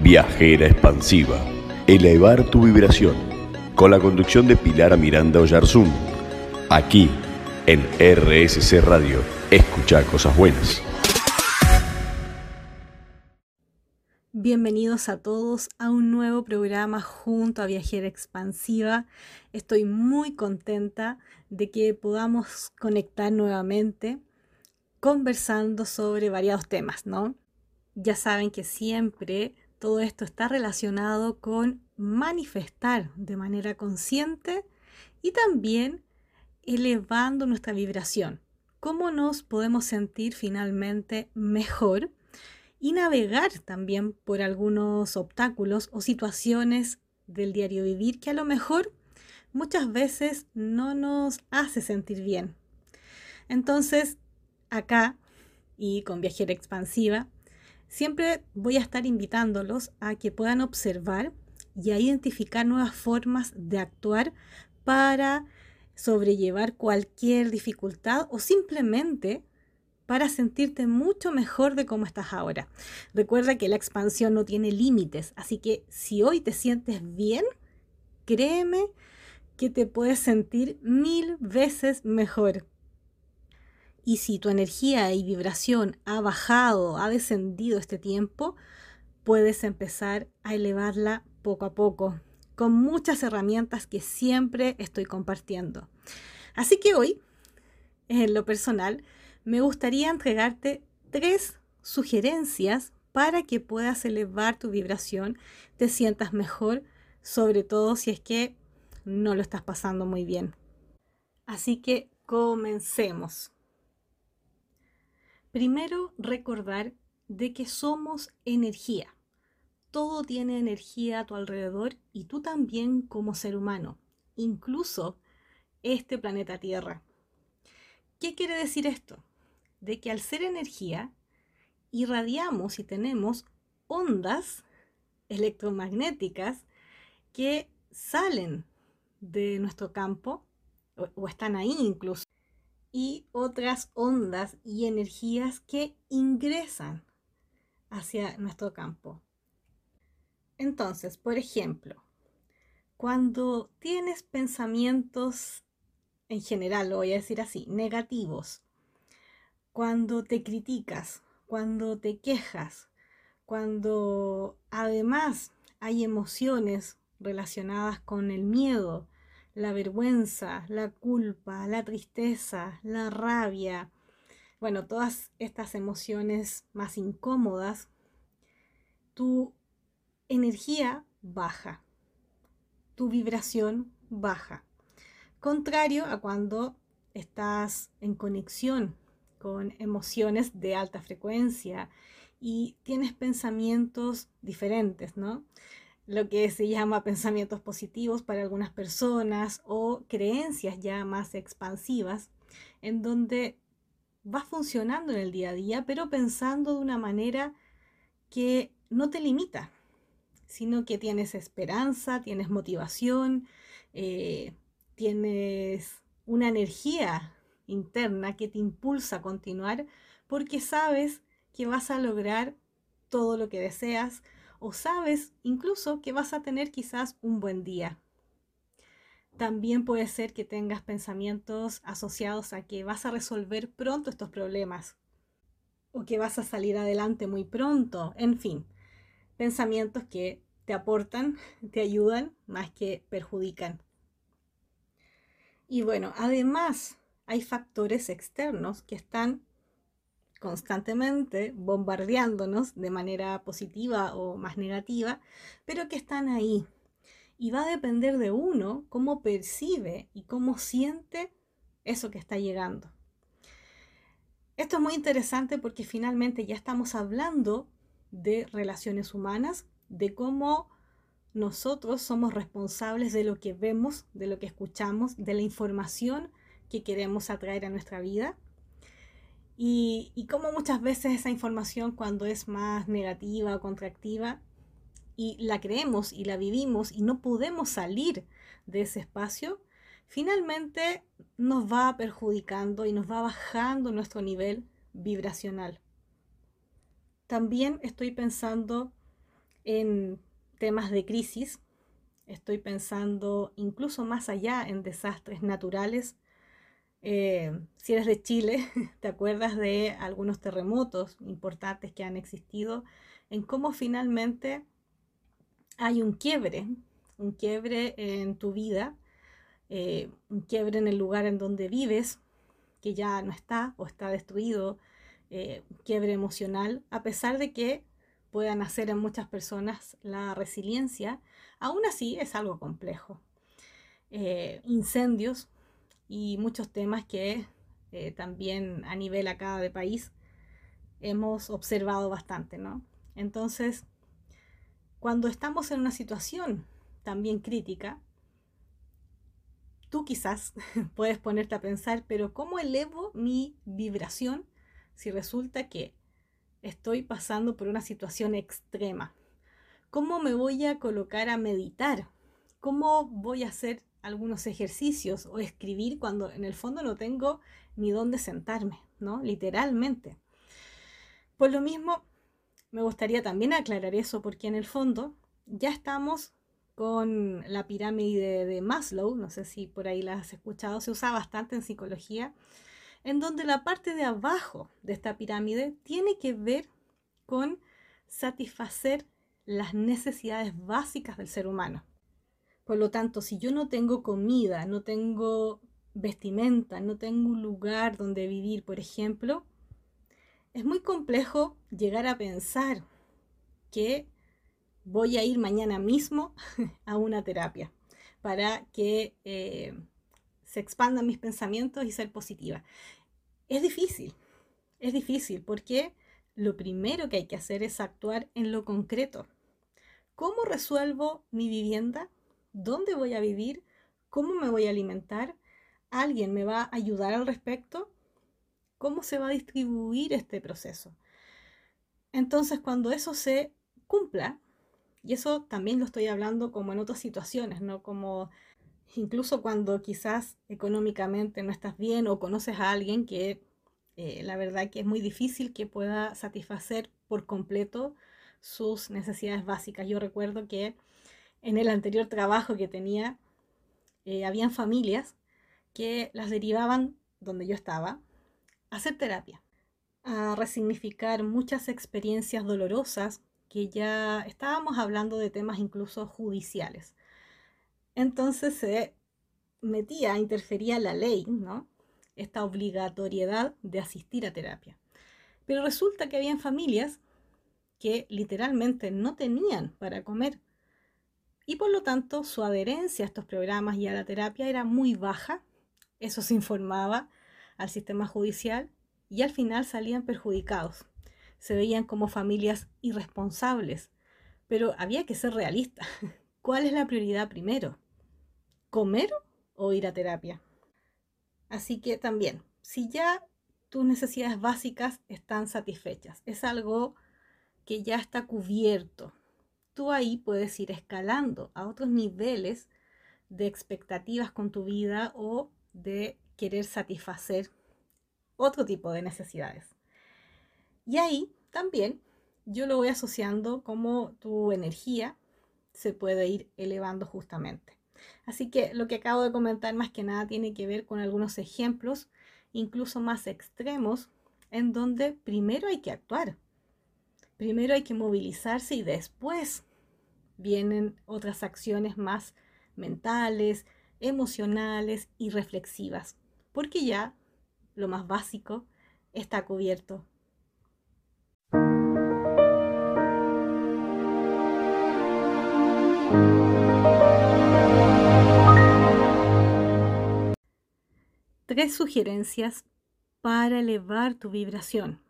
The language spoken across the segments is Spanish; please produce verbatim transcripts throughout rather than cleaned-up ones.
Viajera expansiva. Elevar tu vibración. Con la conducción de Pilar Miranda Oyarzún. Aquí, en R S C Radio. Escucha cosas buenas. Bienvenidos a todos a un nuevo programa junto a Viajera Expansiva. Estoy muy contenta de que podamos conectar nuevamente conversando sobre variados temas, ¿no? Ya saben que siempre todo esto está relacionado con manifestar de manera consciente y también elevando nuestra vibración. ¿Cómo nos podemos sentir finalmente mejor? Y navegar también por algunos obstáculos o situaciones del diario vivir que a lo mejor muchas veces no nos hace sentir bien. Entonces, acá y con Viajera Expansiva, siempre voy a estar invitándolos a que puedan observar y a identificar nuevas formas de actuar para sobrellevar cualquier dificultad o simplemente para sentirte mucho mejor de cómo estás ahora. Recuerda que la expansión no tiene límites, así que si hoy te sientes bien, créeme que te puedes sentir mil veces mejor. Y si tu energía y vibración ha bajado, ha descendido este tiempo, puedes empezar a elevarla poco a poco, con muchas herramientas que siempre estoy compartiendo. Así que hoy, en lo personal, me gustaría entregarte tres sugerencias para que puedas elevar tu vibración, te sientas mejor, sobre todo si es que no lo estás pasando muy bien. Así que comencemos. Primero, recordar de que somos energía. Todo tiene energía a tu alrededor y tú también como ser humano, incluso este planeta Tierra. ¿Qué quiere decir esto? De que al ser energía, irradiamos y tenemos ondas electromagnéticas que salen de nuestro campo o, o están ahí incluso, y otras ondas y energías que ingresan hacia nuestro campo. Entonces, por ejemplo, cuando tienes pensamientos, en general lo voy a decir así, negativos, cuando te criticas, cuando te quejas, cuando además hay emociones relacionadas con el miedo, la vergüenza, la culpa, la tristeza, la rabia, bueno, todas estas emociones más incómodas, tu energía baja, tu vibración baja. Contrario a cuando estás en conexión con emociones de alta frecuencia y tienes pensamientos diferentes, ¿no? Lo que se llama pensamientos positivos para algunas personas o creencias ya más expansivas, en donde vas funcionando en el día a día, pero pensando de una manera que no te limita, sino que tienes esperanza, tienes motivación, eh, tienes una energía interna que te impulsa a continuar porque sabes que vas a lograr todo lo que deseas o sabes incluso que vas a tener quizás un buen día. También puede ser que tengas pensamientos asociados a que vas a resolver pronto estos problemas o que vas a salir adelante muy pronto, en fin, pensamientos que te aportan, te ayudan más que perjudican. Y bueno, además hay factores externos que están constantemente bombardeándonos de manera positiva o más negativa, pero que están ahí. Y va a depender de uno cómo percibe y cómo siente eso que está llegando. Esto es muy interesante porque finalmente ya estamos hablando de relaciones humanas, de cómo nosotros somos responsables de lo que vemos, de lo que escuchamos, de la información que queremos atraer a nuestra vida. Y, y cómo muchas veces esa información, cuando es más negativa o contractiva, y la creemos y la vivimos y no podemos salir de ese espacio, finalmente nos va perjudicando y nos va bajando nuestro nivel vibracional. También estoy pensando en temas de crisis. Estoy pensando incluso más allá en desastres naturales. Eh, si eres de Chile, te acuerdas de algunos terremotos importantes que han existido, en cómo finalmente hay un quiebre, un quiebre en tu vida, eh, un quiebre en el lugar en donde vives, que ya no está o está destruido, eh, un quiebre emocional, a pesar de que puedan hacer en muchas personas la resiliencia, aún así es algo complejo. Eh, incendios y muchos temas que eh, también a nivel acá de país hemos observado bastante, ¿no? Entonces, cuando estamos en una situación también crítica, tú quizás puedes ponerte a pensar, pero ¿cómo elevo mi vibración si resulta que estoy pasando por una situación extrema? ¿Cómo me voy a colocar a meditar? ¿Cómo voy a hacer algunos ejercicios o escribir cuando en el fondo no tengo ni dónde sentarme, ¿no? Literalmente. Por lo mismo, me gustaría también aclarar eso, porque en el fondo ya estamos con la pirámide de Maslow, no sé si por ahí la has escuchado, se usa bastante en psicología, en donde la parte de abajo de esta pirámide tiene que ver con satisfacer las necesidades básicas del ser humano. Por lo tanto, si yo no tengo comida, no tengo vestimenta, no tengo un lugar donde vivir, por ejemplo, es muy complejo llegar a pensar que voy a ir mañana mismo a una terapia para que eh, se expandan mis pensamientos y ser positiva. Es difícil, es difícil porque lo primero que hay que hacer es actuar en lo concreto. ¿Cómo resuelvo mi vivienda? ¿Dónde voy a vivir? ¿Cómo me voy a alimentar? ¿Alguien me va a ayudar al respecto? ¿Cómo se va a distribuir este proceso? Entonces, cuando eso se cumpla, y eso también lo estoy hablando como en otras situaciones, ¿no? Como incluso cuando quizás económicamente no estás bien o conoces a alguien que eh, la verdad que es muy difícil que pueda satisfacer por completo sus necesidades básicas. Yo recuerdo que en el anterior trabajo que tenía, eh, habían familias que las derivaban donde yo estaba a hacer terapia, a resignificar muchas experiencias dolorosas que ya estábamos hablando de temas incluso judiciales. Entonces se metía, interfería la ley, ¿no? Esta obligatoriedad de asistir a terapia. Pero resulta que habían familias que literalmente no tenían para comer y por lo tanto su adherencia a estos programas y a la terapia era muy baja. Eso se informaba al sistema judicial y al final salían perjudicados. Se veían como familias irresponsables, pero había que ser realista. ¿Cuál es la prioridad primero? ¿Comer o ir a terapia? Así que también, si ya tus necesidades básicas están satisfechas, es algo que ya está cubierto, tú ahí puedes ir escalando a otros niveles de expectativas con tu vida o de querer satisfacer otro tipo de necesidades. Y ahí también yo lo voy asociando como tu energía se puede ir elevando justamente. Así que lo que acabo de comentar más que nada tiene que ver con algunos ejemplos, incluso más extremos, en donde primero hay que actuar, primero hay que movilizarse y después vienen otras acciones más mentales, emocionales y reflexivas, porque ya lo más básico está cubierto. Tres sugerencias para elevar tu vibración.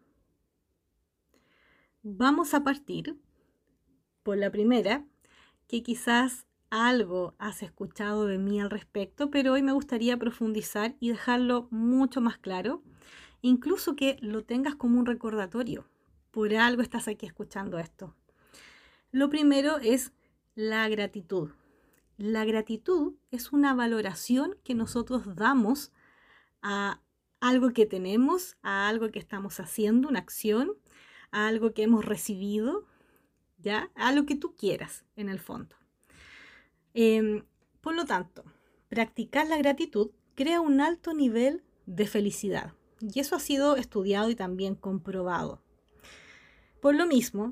Vamos a partir por la primera, que quizás algo has escuchado de mí al respecto, pero hoy me gustaría profundizar y dejarlo mucho más claro, incluso que lo tengas como un recordatorio. Por algo estás aquí escuchando esto. Lo primero es la gratitud. La gratitud es una valoración que nosotros damos a algo que tenemos, a algo que estamos haciendo, una acción, a algo que hemos recibido. ¿ya? A lo que tú quieras, en el fondo. Eh, por lo tanto, practicar la gratitud crea un alto nivel de felicidad. Y eso ha sido estudiado y también comprobado. Por lo mismo,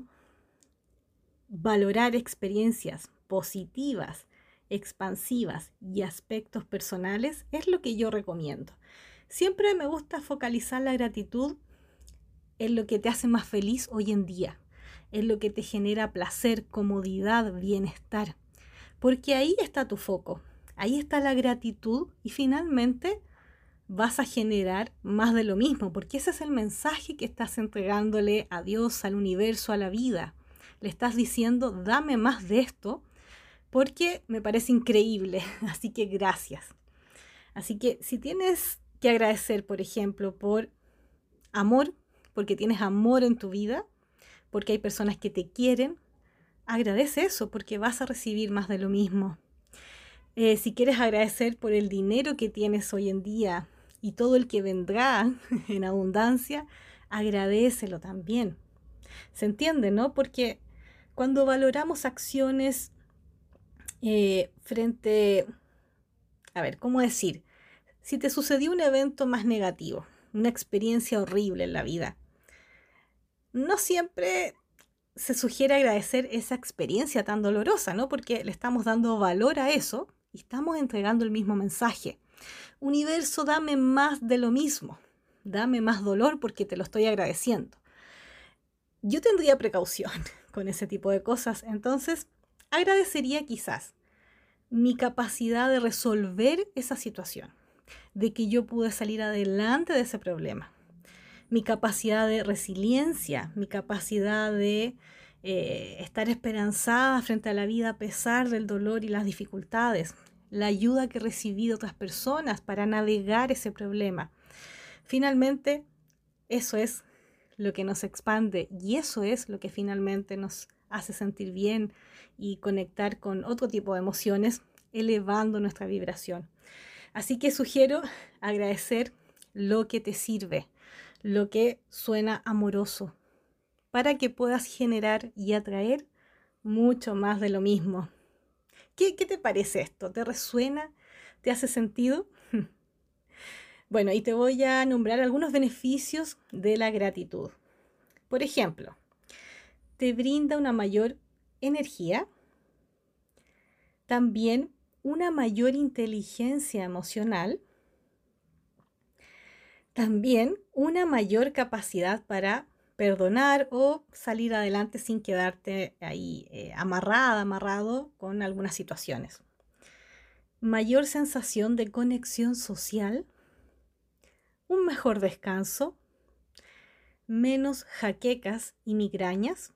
valorar experiencias positivas, expansivas y aspectos personales es lo que yo recomiendo. Siempre me gusta focalizar la gratitud en lo que te hace más feliz hoy en día, en lo que te genera placer, comodidad, bienestar, porque ahí está tu foco, ahí está la gratitud y finalmente vas a generar más de lo mismo, porque ese es el mensaje que estás entregándole a Dios, al universo, a la vida. Le estás diciendo, dame más de esto, porque me parece increíble, así que gracias. Así que si tienes que agradecer, por ejemplo, por amor, porque tienes amor en tu vida, porque hay personas que te quieren, agradece eso, porque vas a recibir más de lo mismo. Eh, si quieres agradecer por el dinero que tienes hoy en día y todo el que vendrá en abundancia, agradécelo también. ¿Se entiende, no? Porque cuando valoramos acciones eh, frente, a ver, ¿cómo decir? Si te sucedió un evento más negativo, una experiencia horrible en la vida, no siempre se sugiere agradecer esa experiencia tan dolorosa, ¿no? Porque le estamos dando valor a eso y estamos entregando el mismo mensaje. Universo, dame más de lo mismo. Dame más dolor porque te lo estoy agradeciendo. Yo tendría precaución con ese tipo de cosas, entonces agradecería quizás mi capacidad de resolver esa situación, de que yo pude salir adelante de ese problema, mi capacidad de resiliencia, mi capacidad de eh, estar esperanzada frente a la vida a pesar del dolor y las dificultades, la ayuda que recibí de otras personas para navegar ese problema. Finalmente, eso es lo que nos expande y eso es lo que finalmente nos hace sentir bien y conectar con otro tipo de emociones, elevando nuestra vibración. Así que sugiero agradecer lo que te sirve, lo que suena amoroso, para que puedas generar y atraer mucho más de lo mismo. ¿Qué, qué te parece esto? ¿Te resuena? ¿Te hace sentido? Bueno, y te voy a nombrar algunos beneficios de la gratitud. Por ejemplo, te brinda una mayor energía, también una mayor inteligencia emocional, también una mayor capacidad para perdonar o salir adelante sin quedarte ahí eh, amarrada, amarrado con algunas situaciones. Mayor sensación de conexión social, un mejor descanso, menos jaquecas y migrañas,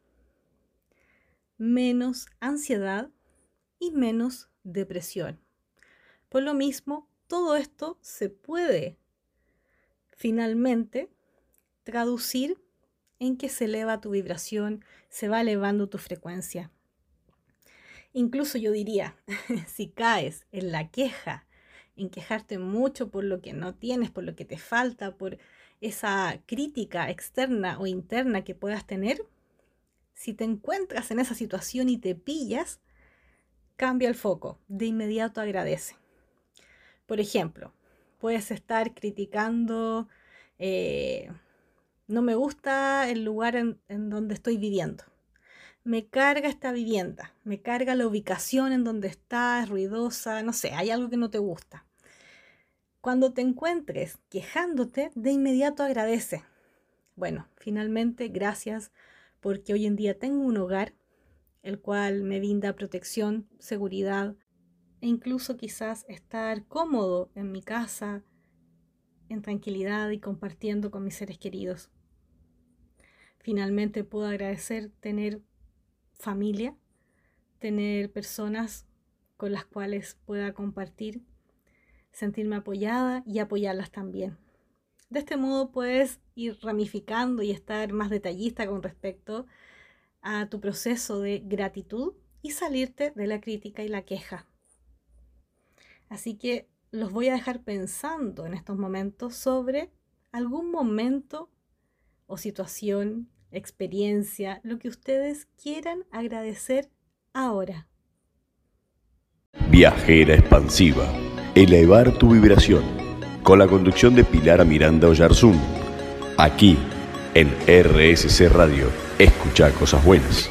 menos ansiedad y menos depresión. Por lo mismo, todo esto se puede finalmente traducir en que se eleva tu vibración, se va elevando tu frecuencia. Incluso yo diría, si caes en la queja, en quejarte mucho por lo que no tienes, por lo que te falta, por esa crítica externa o interna que puedas tener, si te encuentras en esa situación y te pillas, cambia el foco, de inmediato agradece. Por ejemplo, puedes estar criticando, eh, no me gusta el lugar en, en donde estoy viviendo. Me carga esta vivienda, me carga la ubicación en donde está, es ruidosa, no sé, hay algo que no te gusta. Cuando te encuentres quejándote, de inmediato agradece. Bueno, finalmente, gracias porque hoy en día tengo un hogar, el cual me brinda protección, seguridad e incluso quizás estar cómodo en mi casa, en tranquilidad y compartiendo con mis seres queridos. Finalmente puedo agradecer tener familia, tener personas con las cuales pueda compartir, sentirme apoyada y apoyarlas también. De este modo puedes ir ramificando y estar más detallista con respecto a tu proceso de gratitud y salirte de la crítica y la queja. Así que los voy a dejar pensando en estos momentos sobre algún momento o situación experiencia, lo que ustedes quieran agradecer ahora. Viajera expansiva. Elevar tu vibración. Con la conducción de Pilar Miranda Oyarzún. Aquí, en R S C Radio. Escucha cosas buenas.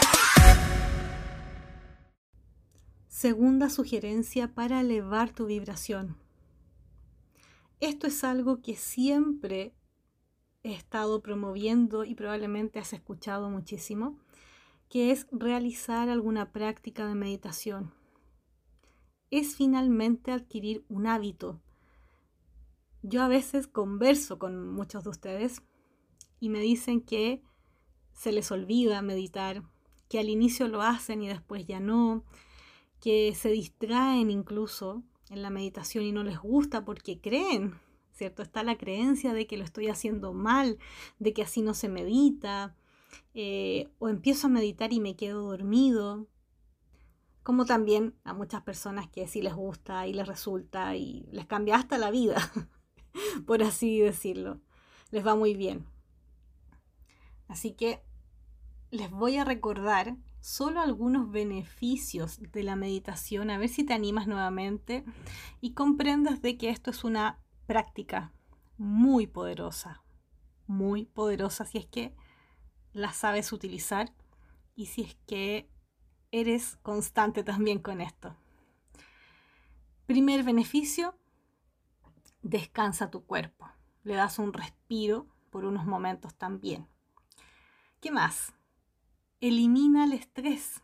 Segunda sugerencia para elevar tu vibración. Esto es algo que siempre he estado promoviendo y probablemente has escuchado muchísimo, que es realizar alguna práctica de meditación. Es finalmente adquirir un hábito. Yo a veces converso con muchos de ustedes y me dicen que se les olvida meditar, que al inicio lo hacen y después ya no, que se distraen incluso en la meditación y no les gusta porque creen, ¿cierto? Está la creencia de que lo estoy haciendo mal, de que así no se medita, eh, o empiezo a meditar y me quedo dormido. Como también a muchas personas que sí les gusta y les resulta y les cambia hasta la vida, por así decirlo. Les va muy bien. Así que les voy a recordar solo algunos beneficios de la meditación, a ver si te animas nuevamente y comprendas de que esto es una práctica muy poderosa, muy poderosa si es que la sabes utilizar y si es que eres constante también con esto. Primer beneficio, descansa tu cuerpo. Le das un respiro por unos momentos también. ¿Qué más? Elimina el estrés.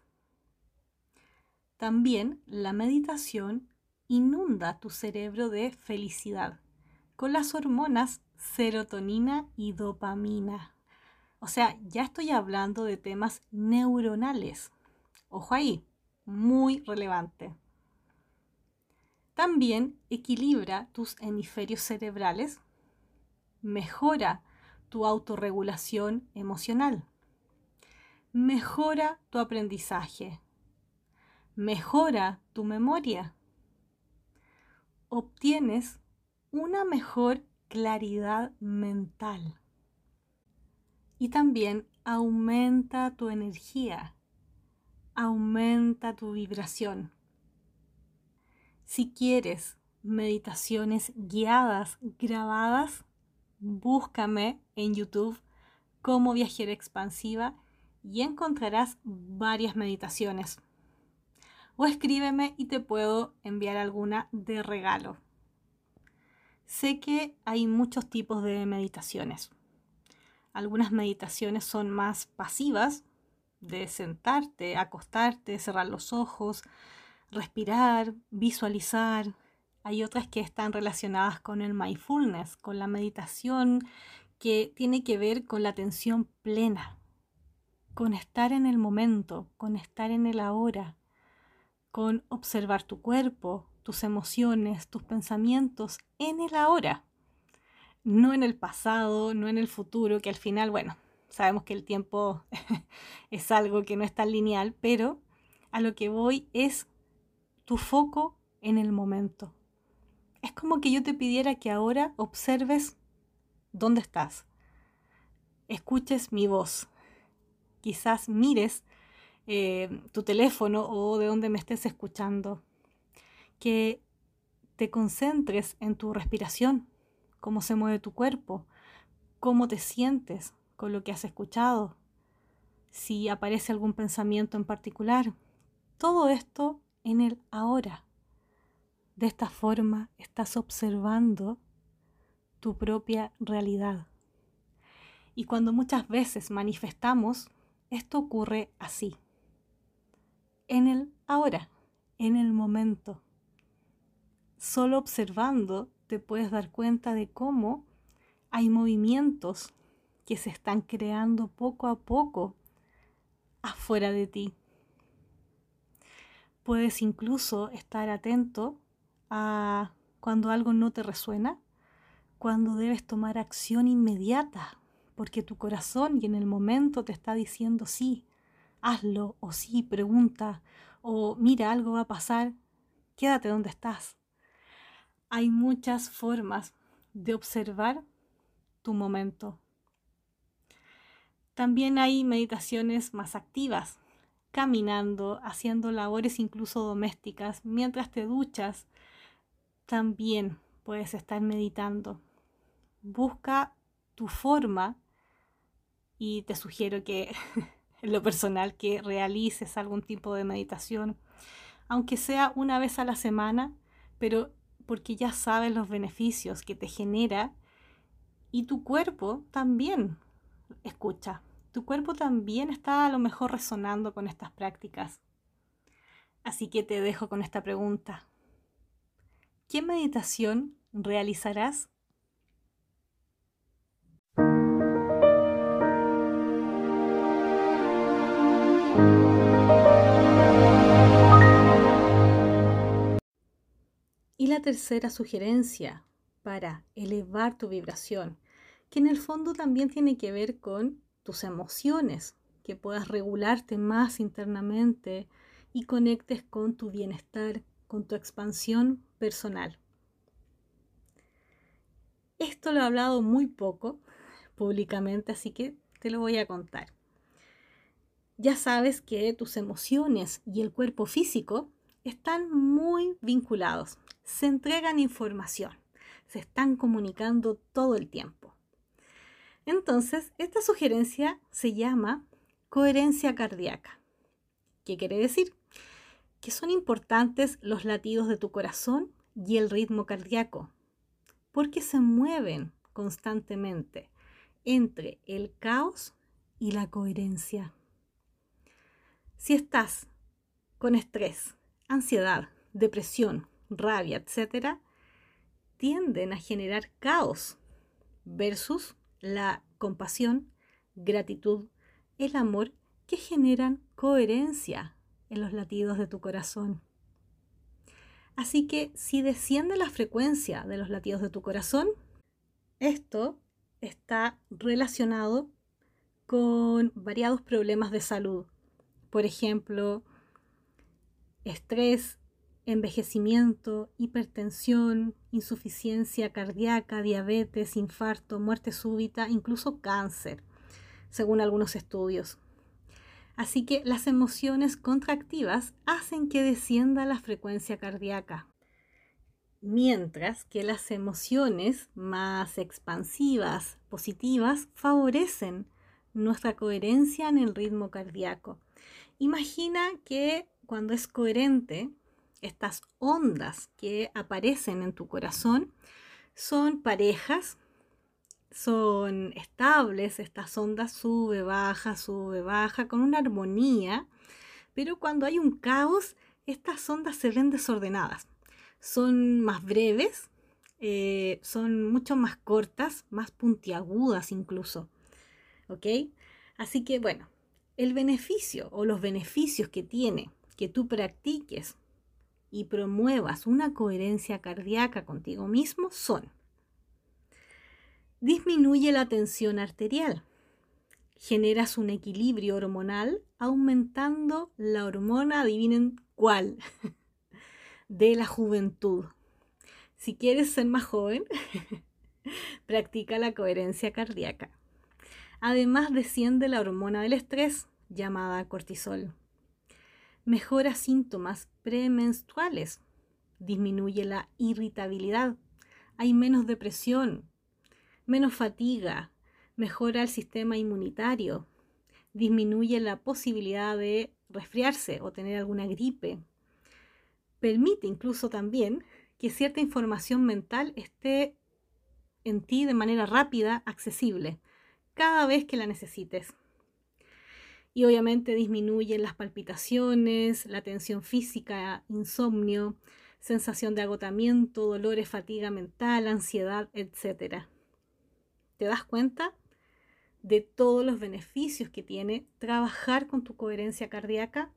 También la meditación inunda tu cerebro de felicidad con las hormonas serotonina y dopamina. O sea, ya estoy hablando de temas neuronales. Ojo ahí, muy relevante. También equilibra tus hemisferios cerebrales, mejora tu autorregulación emocional, mejora tu aprendizaje, mejora tu memoria, obtienes una mejor claridad mental y también aumenta tu energía, aumenta tu vibración. Si quieres meditaciones guiadas, grabadas, búscame en YouTube como Viajera Expansiva y encontrarás varias meditaciones. O escríbeme y te puedo enviar alguna de regalo. Sé que hay muchos tipos de meditaciones. Algunas meditaciones son más pasivas, de sentarte, acostarte, cerrar los ojos, respirar, visualizar. Hay otras que están relacionadas con el mindfulness, con la meditación, que tiene que ver con la atención plena, con estar en el momento, con estar en el ahora, con observar tu cuerpo, tus emociones, tus pensamientos en el ahora, no en el pasado, no en el futuro, que al final, bueno, sabemos que el tiempo es algo que no es tan lineal, pero a lo que voy es tu foco en el momento. Es como que yo te pidiera que ahora observes dónde estás, escuches mi voz, quizás mires eh, tu teléfono o de donde me estés escuchando, que te concentres en tu respiración, cómo se mueve tu cuerpo, cómo te sientes con lo que has escuchado, si aparece algún pensamiento en particular. Todo esto en el ahora. De esta forma estás observando tu propia realidad. Y cuando muchas veces manifestamos, esto ocurre así. En el ahora, en el momento. Solo observando te puedes dar cuenta de cómo hay movimientos que se están creando poco a poco afuera de ti. Puedes incluso estar atento a cuando algo no te resuena, cuando debes tomar acción inmediata, porque tu corazón y en el momento te está diciendo sí, hazlo, o sí, pregunta, o mira, algo va a pasar, quédate donde estás. Hay muchas formas de observar tu momento. También hay meditaciones más activas, caminando, haciendo labores incluso domésticas. Mientras te duchas, también puedes estar meditando. Busca tu forma y te sugiero que, en lo personal, que realices algún tipo de meditación, aunque sea una vez a la semana, pero porque ya sabes los beneficios que te genera y tu cuerpo también escucha. Tu cuerpo también está a lo mejor resonando con estas prácticas. Así que te dejo con esta pregunta. ¿Qué meditación realizarás? Y la tercera sugerencia para elevar tu vibración, que en el fondo también tiene que ver con tus emociones, que puedas regularte más internamente y conectes con tu bienestar, con tu expansión personal. Esto lo he hablado muy poco públicamente, así que te lo voy a contar. Ya sabes que tus emociones y el cuerpo físico están muy vinculados, se entregan información, se están comunicando todo el tiempo. Entonces, esta sugerencia se llama coherencia cardíaca. ¿Qué quiere decir? Que son importantes los latidos de tu corazón y el ritmo cardíaco, porque se mueven constantemente entre el caos y la coherencia. Si estás con estrés, ansiedad, depresión, rabia, etcétera, tienden a generar caos versus la compasión, gratitud, el amor, que generan coherencia en los latidos de tu corazón. Así que si desciende la frecuencia de los latidos de tu corazón, esto está relacionado con variados problemas de salud. Por ejemplo, estrés, envejecimiento, hipertensión, insuficiencia cardíaca, diabetes, infarto, muerte súbita, incluso cáncer, según algunos estudios. Así que las emociones contractivas hacen que descienda la frecuencia cardíaca, mientras que las emociones más expansivas, positivas, favorecen nuestra coherencia en el ritmo cardíaco. Imagina que cuando es coherente, estas ondas que aparecen en tu corazón son parejas, son estables, estas ondas sube, baja, sube, baja, con una armonía, pero cuando hay un caos, estas ondas se ven desordenadas. Son más breves, eh, son mucho más cortas, más puntiagudas incluso, ¿ok? Así que bueno, el beneficio o los beneficios que tiene que tú practiques y promuevas una coherencia cardíaca contigo mismo son: disminuye la tensión arterial, generas un equilibrio hormonal aumentando la hormona, adivinen cuál, de la juventud. Si quieres ser más joven, practica la coherencia cardíaca. Además, desciende la hormona del estrés, llamada cortisol. Mejora síntomas premenstruales, disminuye la irritabilidad, hay menos depresión, menos fatiga, mejora el sistema inmunitario, disminuye la posibilidad de resfriarse o tener alguna gripe. Permite incluso también que cierta información mental esté en ti de manera rápida, accesible, cada vez que la necesites. Y obviamente disminuyen las palpitaciones, la tensión física, insomnio, sensación de agotamiento, dolores, fatiga mental, ansiedad, etcétera. ¿Te das cuenta de todos los beneficios que tiene trabajar con tu coherencia cardíaca?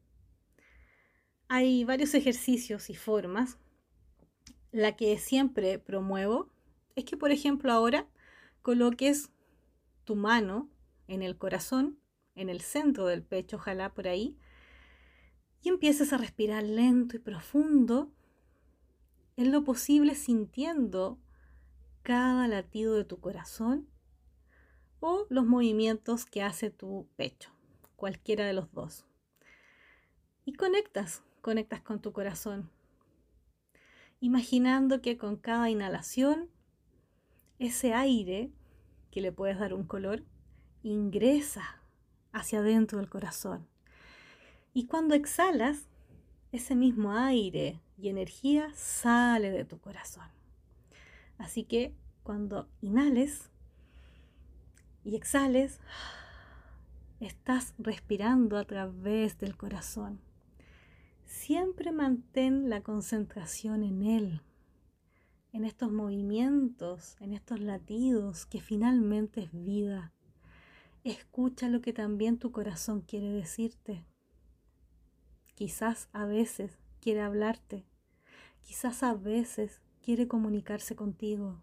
Hay varios ejercicios y formas. La que siempre promuevo es que, por ejemplo, ahora coloques tu mano en el corazón, en el centro del pecho, ojalá por ahí, y empieces a respirar lento y profundo, en lo posible sintiendo cada latido de tu corazón, o los movimientos que hace tu pecho, cualquiera de los dos. Y conectas, conectas con tu corazón, imaginando que con cada inhalación, ese aire, que le puedes dar un color, ingresa hacia adentro del corazón. Y cuando exhalas, ese mismo aire y energía sale de tu corazón. Así que cuando inhales y exhales, estás respirando a través del corazón. Siempre mantén la concentración en él, en estos movimientos, en estos latidos que finalmente es vida. Escucha lo que también tu corazón quiere decirte. Quizás a veces quiere hablarte, quizás a veces quiere comunicarse contigo.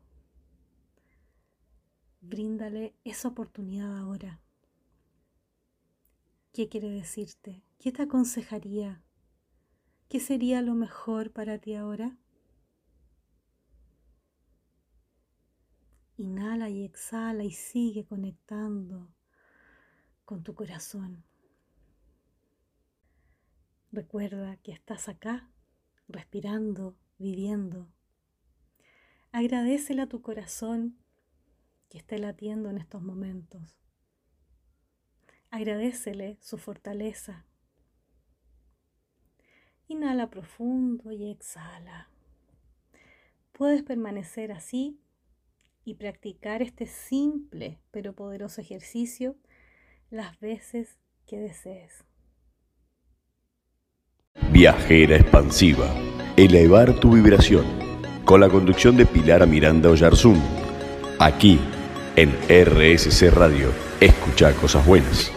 Bríndale esa oportunidad ahora. ¿Qué quiere decirte? ¿Qué te aconsejaría? ¿Qué sería lo mejor para ti ahora? Inhala y exhala y sigue conectando con tu corazón. Recuerda que estás acá, respirando, viviendo. Agradécele a tu corazón que esté latiendo en estos momentos. Agradécele su fortaleza. Inhala profundo y exhala. Puedes permanecer así y practicar este simple pero poderoso ejercicio las veces que desees. Viajera expansiva. Elevar tu vibración. Con la conducción de Pilar Miranda Oyarzún. Aquí, en R S C Radio. Escucha cosas buenas.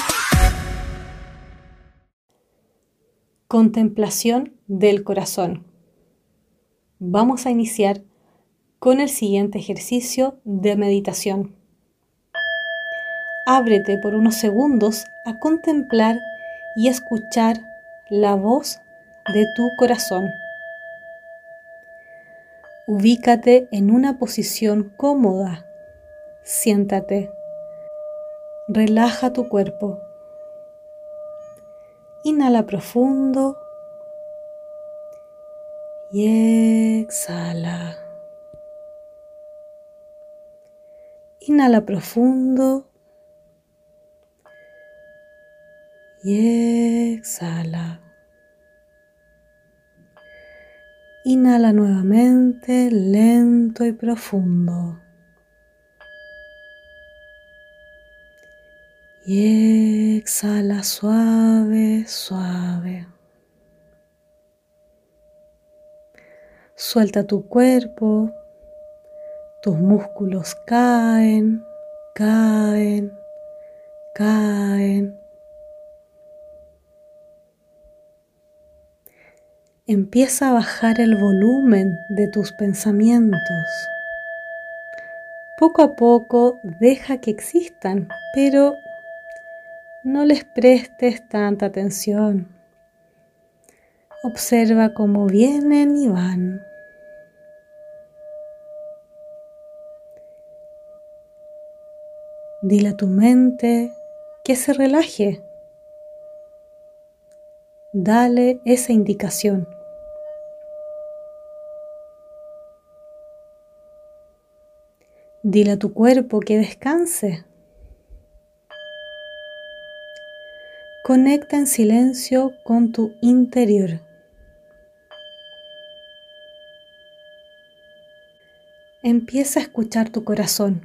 Contemplación del corazón. Vamos a iniciar con el siguiente ejercicio de meditación. Ábrete por unos segundos a contemplar y escuchar la voz de tu corazón. Ubícate en una posición cómoda. Siéntate. Relaja tu cuerpo. Inhala profundo y exhala. Inhala profundo y exhala. Inhala nuevamente, lento y profundo. Y exhala suave, suave. Suelta tu cuerpo, tus músculos caen, caen, caen. Empieza a bajar el volumen de tus pensamientos. Poco a poco deja que existan, pero no les prestes tanta atención. Observa cómo vienen y van. Dile a tu mente que se relaje. Dale esa indicación. Dile a tu cuerpo que descanse. Conecta en silencio con tu interior. Empieza a escuchar tu corazón,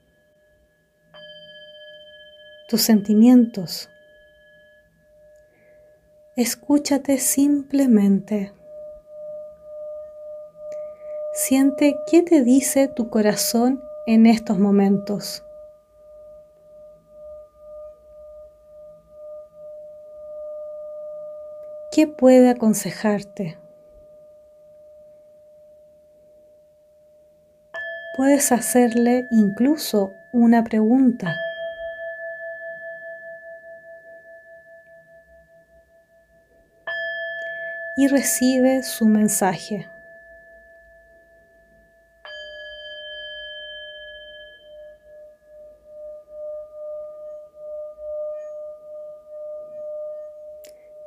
tus sentimientos. Escúchate simplemente. Siente qué te dice tu corazón en estos momentos. ¿Qué puede aconsejarte? Puedes hacerle incluso una pregunta. Y recibe su mensaje.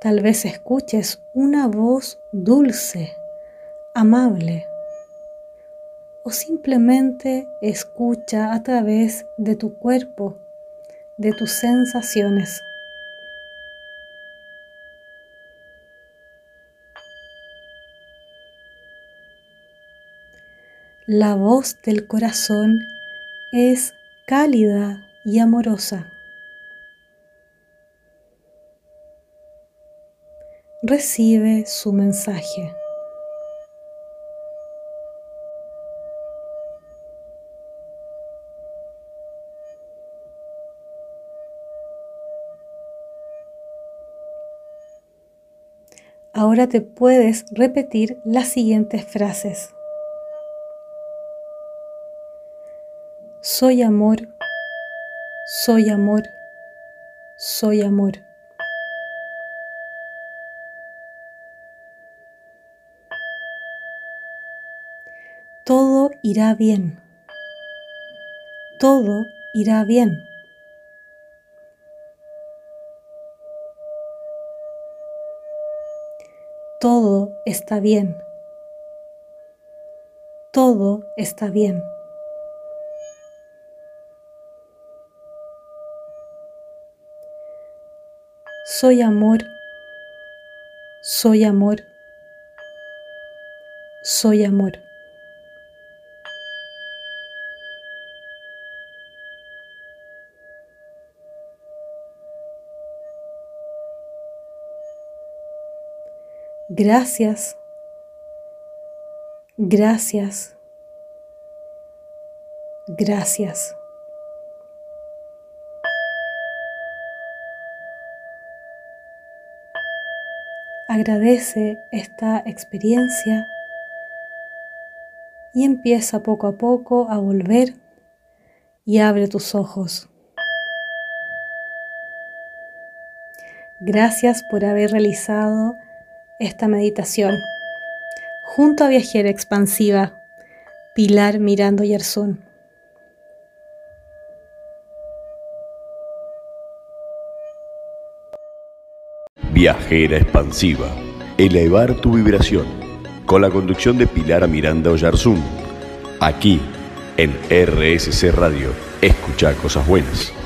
Tal vez escuches una voz dulce, amable, o simplemente escucha a través de tu cuerpo, de tus sensaciones. La voz del corazón es cálida y amorosa. Recibe su mensaje. Ahora te puedes repetir las siguientes frases. Soy amor, soy amor, soy amor. Todo irá bien. Todo irá bien. Todo está bien. Todo está bien. Soy amor, soy amor, soy amor. Gracias, gracias, gracias. Agradece esta experiencia y empieza poco a poco a volver y abre tus ojos. Gracias por haber realizado esta meditación junto a Viajera Expansiva, Pilar Miranda Oyarzún. Viajera Expansiva. Elevar tu vibración. Con la conducción de Pilar Miranda Oyarzún. Aquí, en R S C Radio. Escucha cosas buenas.